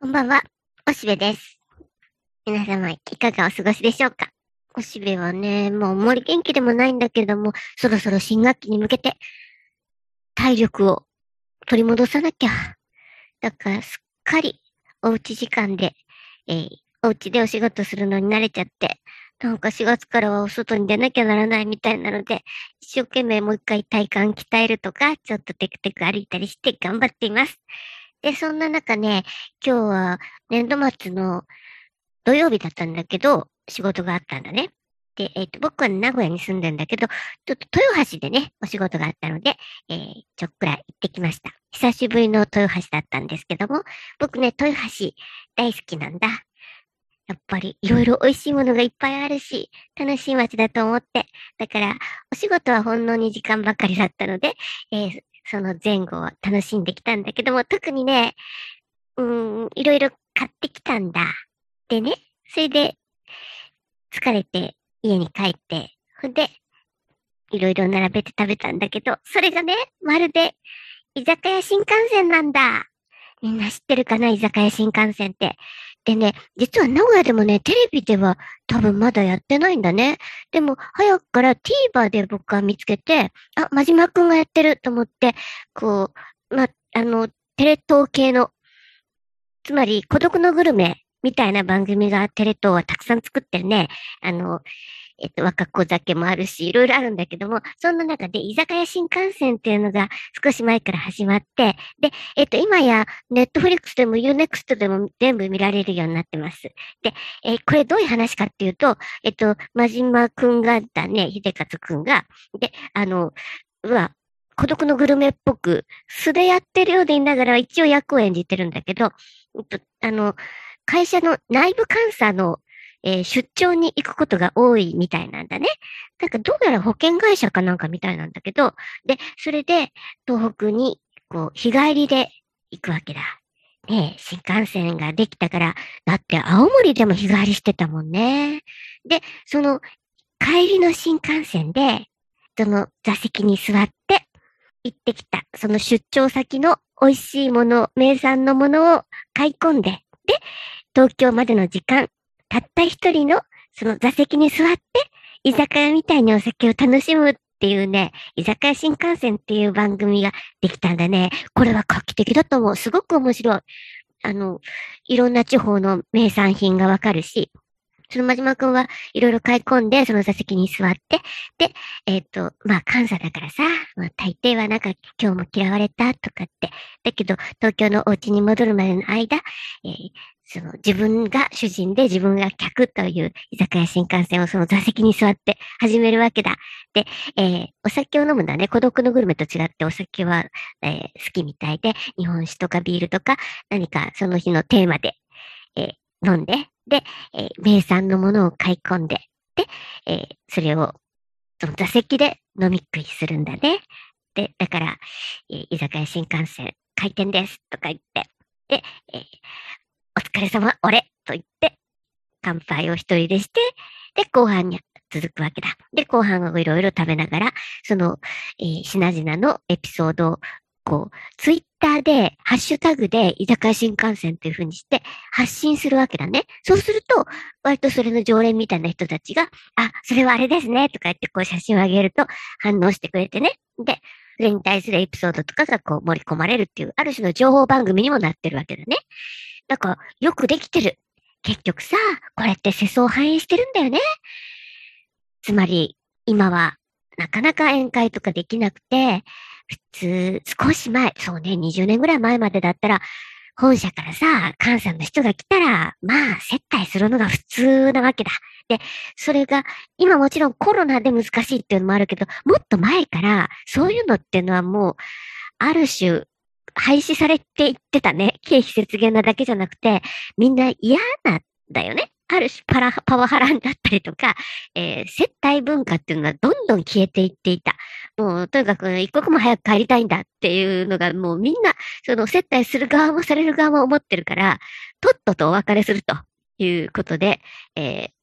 こんばんは、おしべです。皆様、いかがお過ごしでしょうか？おしべはね、もうあんまり元気でもないんだけども、そろそろ新学期に向けて体力を取り戻さなきゃ。だからすっかりおうち時間で、おうちでお仕事するのに慣れちゃって、なんか4月からはお外に出なきゃならないみたいなので、一生懸命もう一回体幹鍛えるとか、ちょっとテクテク歩いたりして頑張っています。で、そんな中ね、今日は年度末の土曜日だったんだけど、仕事があったんだね。で、僕は名古屋に住んでんだけど、ちょっと豊橋でね、お仕事があったので、ちょっくらい行ってきました。久しぶりの豊橋だったんですけども、僕ね、豊橋大好きなんだ。やっぱりいろいろ美味しいものがいっぱいあるし、楽しい街だと思って。だから、お仕事はほんの2時間ばかりだったので、その前後を楽しんできたんだけども、特にね、いろいろ買ってきたんだ。でね、それで疲れて家に帰って、ほんで、いろいろ並べて食べたんだけど、それがね、まるで居酒屋新幹線なんだ。みんな知ってるかな、居酒屋新幹線って。でね、実は名古屋でもね、テレビでは多分まだやってないんだね。でも、早くから TVer で僕は見つけて、あ、真島くんがやってると思って、こテレ東系のつまり、孤独のグルメみたいな番組がテレ東はたくさん作ってるね。あの、若子酒もあるし、いろいろあるんだけども、そんな中で居酒屋新幹線っていうのが少し前から始まって、で、今やネットフリックスでもユーネクストでも全部見られるようになってます。で、これどういう話かっていうと、真島くんがだね、秀勝くんが、で、孤独のグルメっぽく素でやってるようで言いながら一応役を演じてるんだけど、えっと、あの、会社の内部監査の、出張に行くことが多いみたいなんだね。なんかどうやら保険会社かなんかみたいなんだけど、で、それで東北に日帰りで行くわけだ。ねえ、新幹線ができたから、だって青森でも日帰りしてたもんね。で、その帰りの新幹線で、その座席に座って行ってきた、その出張先の美味しいもの、名産のものを買い込んで、で、東京までの時間、たった一人のその座席に座って、居酒屋みたいにお酒を楽しむっていうね、居酒屋新幹線っていう番組ができたんだね。これは画期的だと思う。すごく面白い。あの、いろんな地方の名産品がわかるし、その真島くんはいろいろ買い込んで、その座席に座って、で、監査だからさ、大抵はなんか今日も嫌われたとかって、だけど東京のお家に戻るまでの間、その自分が主人で自分が客という居酒屋新幹線をその座席に座って始めるわけだ。で、お酒を飲むんだね。孤独のグルメと違ってお酒は、好きみたいで、日本酒とかビールとか何かその日のテーマで、飲んで、で、名産のものを買い込んで、で、それを、その座席で飲み食いするんだね。で、だから、居酒屋新幹線開店ですとか言って、で、お疲れ様、俺と言って、乾杯を一人でして、で、後半に続くわけだ。で、後半をいろいろ食べながら、その、品々のエピソードを、ツイッターで、ハッシュタグで、居酒屋新幹線っていう風にして発信するわけだね。そうすると、割とそれの常連みたいな人たちが、あ、それはあれですね、とか言って写真をあげると反応してくれてね。で、それに対するエピソードとかが盛り込まれるっていう、ある種の情報番組にもなってるわけだね。だから、よくできてる。結局さ、これって世相を反映してるんだよね。つまり、今は、なかなか宴会とかできなくて、少し前、そうね、20年ぐらい前までだったら、本社からさ、関西の人が来たら、まあ、接待するのが普通なわけだ。で、それが、今もちろんコロナで難しいっていうのもあるけど、もっと前から、そういうのっていうのはもう、ある種、廃止されていってたね。経費節減なだけじゃなくて、みんな嫌なんだよね。ある種パワハラだったりとか、接待文化っていうのはどんどん消えていっていた。もう、とにかく一刻も早く帰りたいんだっていうのが、もうみんな、その接待する側もされる側も思ってるから、とっととお別れするということで、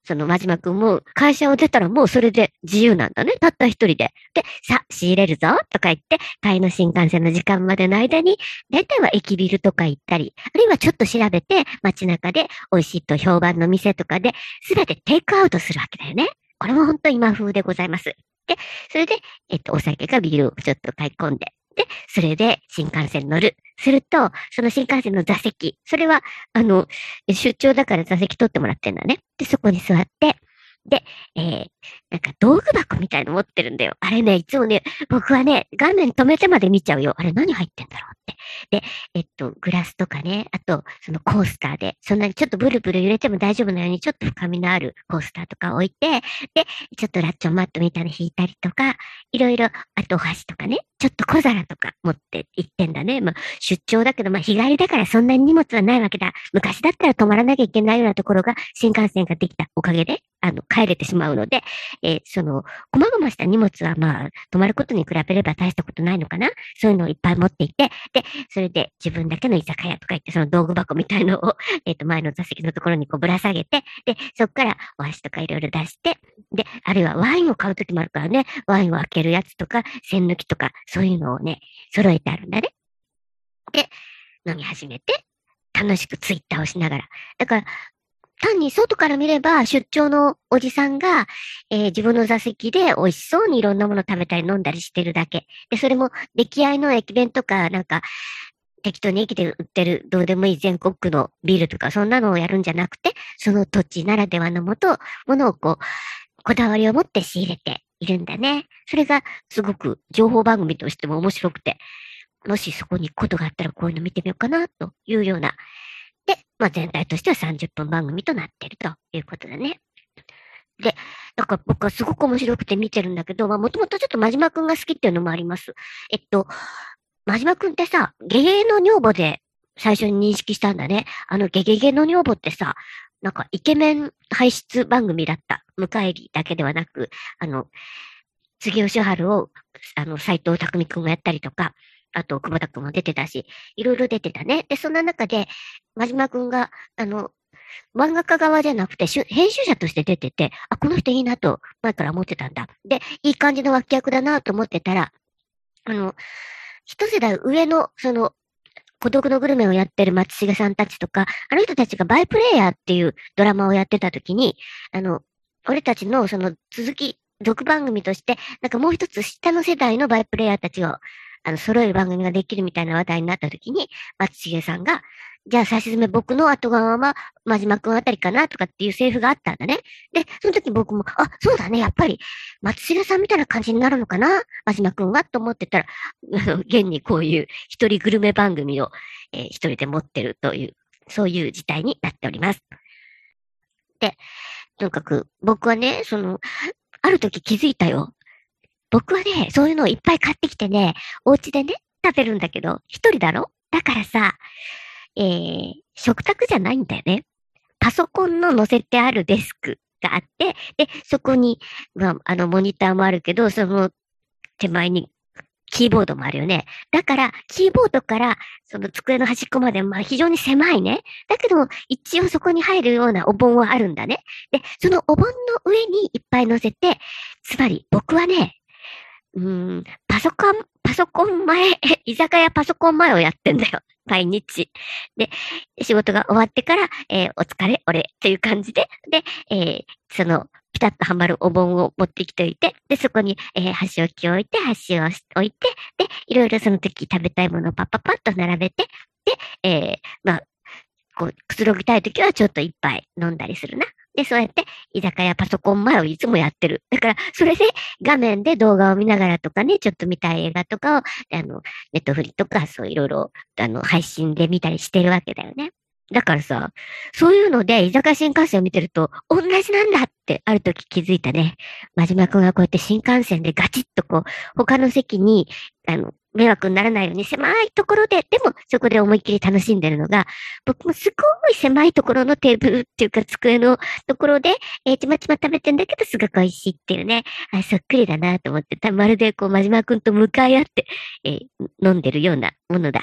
その真島くんも会社を出たらもうそれで自由なんだね。たった一人で。で、さ、仕入れるぞとか言って、帰りの新幹線の時間までの間に、だいたいは駅ビルとか行ったり、あるいはちょっと調べて街中で美味しいと評判の店とかで、すべてテイクアウトするわけだよね。これも本当今風でございます。で、それで、お酒かビールをちょっと買い込んで、で、それで新幹線乗る。すると、その新幹線の座席、それは、出張だから座席取ってもらってんだね。で、そこに座って、で、なんか道具箱みたいの持ってるんだよ。あれね、いつもね、僕はね、画面止めてまで見ちゃうよ。あれ何入ってんだろうって。で、グラスとかね、あと、そのコースターで、そんなにちょっとブルブル揺れても大丈夫なように、ちょっと深みのあるコースターとか置いて、で、ちょっとラッチョンマットみたいなの引いたりとか、いろいろ、あとお箸とかね、ちょっと小皿とか持って行ってんだね。まあ、出張だけど、まあ、日帰りだからそんなに荷物はないわけだ。昔だったら泊まらなきゃいけないようなところが、新幹線ができたおかげで、帰れてしまうので、細々した荷物はまあ、泊まることに比べれば大したことないのかな。そういうのをいっぱい持っていて、で、それで自分だけの居酒屋とか行って、その道具箱みたいのを、前の座席のところにこうぶら下げて、で、そこからお箸とかいろいろ出して、で、あるいはワインを買うときもあるからね、ワインを開けるやつとか、栓抜きとか、そういうのをね、揃えてあるんだね。で、飲み始めて、楽しくツイッターをしながら。だから、単に外から見れば出張のおじさんが、自分の座席で美味しそうにいろんなもの食べたり飲んだりしてるだけ。で、それも出来合いの駅弁とか、なんか、適当に駅で売ってるどうでもいい全国区のビールとかそんなのをやるんじゃなくて、その土地ならではのものをこう、こだわりを持って仕入れているんだね。それがすごく情報番組としても面白くて、もしそこに行くことがあったらこういうの見てみようかなというような。で、まあ全体としては30分番組となっているということだね。で、だから僕はすごく面白くて見てるんだけど、まあもともとちょっと真島くんが好きっていうのもあります。真島くんってさ、ゲゲゲの女房で最初に認識したんだね。ゲゲゲの女房ってさ、なんかイケメン輩出番組だった。向井理だけではなく、杉吉春を、斎藤匠くんがやったりとか、あと、久保田くんも出てたし、いろいろ出てたね。で、そんな中で、真島くんが、漫画家側じゃなくて、編集者として出てて、あ、この人いいなと、前から思ってたんだ。で、いい感じの脇役だなと思ってたら、一世代上の、孤独のグルメをやってる松重さんたちとか、あの人たちがバイプレイヤーっていうドラマをやってた時に、俺たちのその続番組として、なんかもう一つ下の世代のバイプレイヤーたちを、揃える番組ができるみたいな話題になった時に、松重さんが、じゃあ、差し詰め僕の後側は、真島くんあたりかなとかっていうセリフがあったんだね。で、その時僕も、あ、そうだね、やっぱり、松重さんみたいな感じになるのかな真島くんはと思ってたら、現にこういう一人グルメ番組を、一人で持ってるという、そういう事態になっております。で、とにかく、僕はね、ある時気づいたよ。僕はね、そういうのをいっぱい買ってきてね、お家でね、食べるんだけど、一人だろだからさ、食卓じゃないんだよね。パソコンの載せてあるデスクがあって、で、そこに、まあ、モニターもあるけど、その手前にキーボードもあるよね。だから、キーボードから、その机の端っこまで、まあ非常に狭いね。だけど、一応そこに入るようなお盆はあるんだね。で、そのお盆の上にいっぱい乗せて、つまり僕はね、パソコン前、居酒屋パソコン前をやってんだよ。毎日。で、仕事が終わってから、お疲れ、俺、っていう感じで、で、ピタッとはまるお盆を持ってきておいて、で、そこに、箸置きを置いて、箸を置いて、で、いろいろその時食べたいものをパッパッパッと並べて、で、まあ、こう、くつろぎたい時はちょっと一杯飲んだりするな。で、そうやって居酒屋パソコン前をいつもやってる。だから、それで画面で動画を見ながらとかね、ちょっと見たい映画とかを、ネットフリとか、そういろいろ、配信で見たりしてるわけだよね。だからさ、そういうので居酒屋新幹線を見てると、同じなんだってある時気づいたね。真島くんがこうやって新幹線でガチッとこう、他の席に、迷惑にならないように狭いところで、でもそこで思いっきり楽しんでるのが、僕もすごい狭いところのテーブルっていうか机のところで、ちまちま食べてんだけどすごく美味しいっていうね、そっくりだなと思って、まるでこう真島くんと向かい合って、飲んでるようなものだ。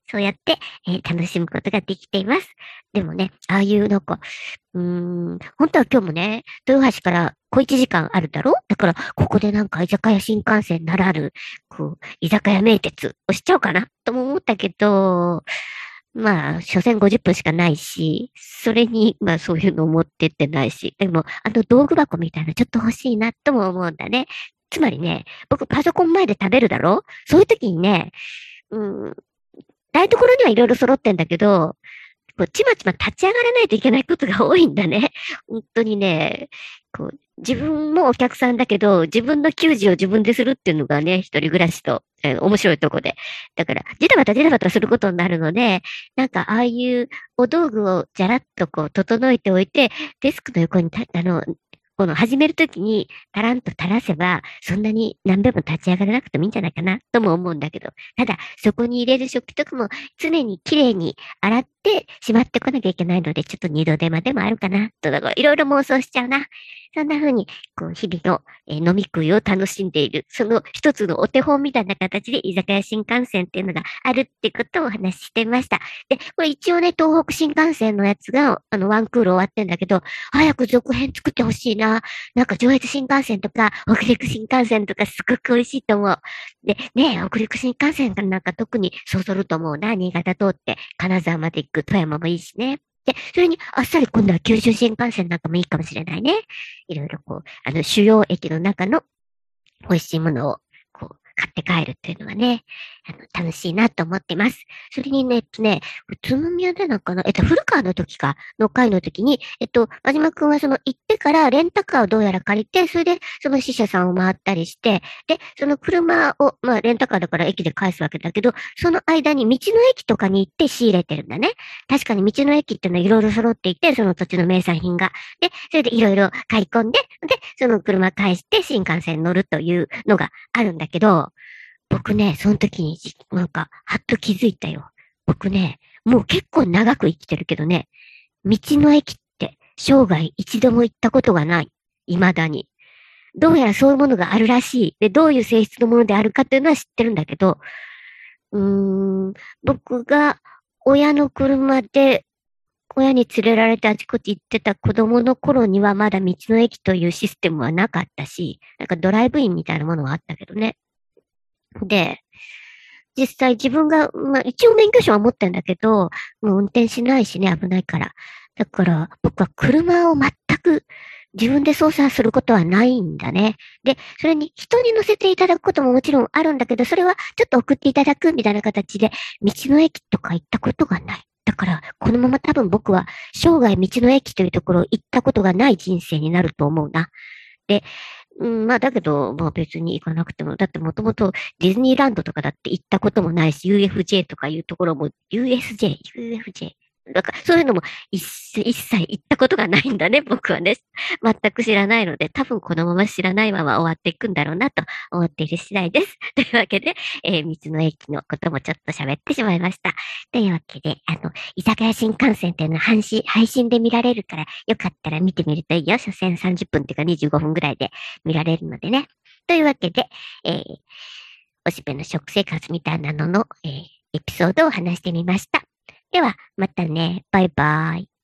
そうやって、楽しむことができています。でもね、ああいうなんか、本当は今日もね、豊橋から小1時間あるだろだから、ここでなんか居酒屋新幹線ならぬ、こう、居酒屋名鉄をしちゃおうかなとも思ったけど、まあ、所詮50分しかないし、それに、まあそういうのを持ってってないし、でも、道具箱みたいなちょっと欲しいなとも思うんだね。つまりね、僕パソコン前で食べるだろそういう時にね、うん、台所にはいろいろ揃ってんだけど、こう、ちまちま立ち上がらないといけないことが多いんだね。本当にね、こう、自分もお客さんだけど、自分の給仕を自分でするっていうのがね、一人暮らしと、面白いとこで。だから、ジタバタすることになるので、なんか、ああいうお道具をじゃらっとこう、整えておいて、デスクの横にこの始めるときに、タランと垂らせば、そんなに何べも立ち上がらなくてもいいんじゃないかな、とも思うんだけど、ただ、そこに入れる食器とかも常に綺麗に洗ってしまってこなきゃいけないので、ちょっと二度手間でもあるかな、と、だからいろいろ妄想しちゃうな。そんな風に、こう、日々の、飲み食いを楽しんでいる、その一つのお手本みたいな形で居酒屋新幹線っていうのがあるってことをお話ししていました。で、これ一応ね、東北新幹線のやつが、ワンクール終わってんだけど、早く続編作ってほしいな。なんか上越新幹線とか、北陸新幹線とかすごく美味しいと思う。で、ね北陸新幹線なんか特にそそると思うな。新潟通って金沢まで行く富山もいいしね。で、それにあっさり今度は九州新幹線なんかもいいかもしれないね。いろいろこう、主要駅の中の美味しいものを、こう、買って帰るっていうのはね、楽しいなと思ってます。それにね、宇都宮でなんかな、古川の時か、の会の時に、真島くんはその行ってからレンタカーをどうやら借りて、それでその支社さんを回ったりして、で、その車を、まあレンタカーだから駅で返すわけだけど、その間に道の駅とかに行って仕入れてるんだね。確かに道の駅っていうのはいろいろ揃っていて、その土地の名産品が。で、それでいろいろ買い込んで、で、その車返して新幹線に乗るというのがあるんだけど、僕ね、その時になんか、はっと気づいたよ。僕ね、もう結構長く生きてるけどね、道の駅って生涯一度も行ったことがない。未だに。どうやらそういうものがあるらしい。で、どういう性質のものであるかっていうのは知ってるんだけど、うーん、僕が親の車で親に連れられてあちこち行ってた子供の頃にはまだ道の駅というシステムはなかったし、なんかドライブインみたいなものはあったけどね。で、実際自分が、まあ一応免許証は持ってんだけど、もう運転しないしね、危ないから。だから僕は車を全く自分で操作することはないんだね。で、それに人に乗せていただくことももちろんあるんだけど、それはちょっと送っていただくみたいな形で、道の駅とか行ったことがない。だから、このまま多分僕は生涯道の駅というところを行ったことがない人生になると思うな。で、まあだけど、まあ別に行かなくても、だってもともとディズニーランドとかだって行ったこともないし、UFJ とかいうところも、UFJ。だからそういうのも一切行ったことがないんだね、僕はね。全く知らないので、多分このまま知らないまま終わっていくんだろうなと思っている次第です。というわけで、道の駅のこともちょっと喋ってしまいました。というわけで、居酒屋新幹線っていうのは配信で見られるから、よかったら見てみるといいよ。所詮30分っていうか25分ぐらいで見られるのでね。というわけで、おしべの食生活みたいなのの、エピソードを話してみました。では、またね。バイバイ。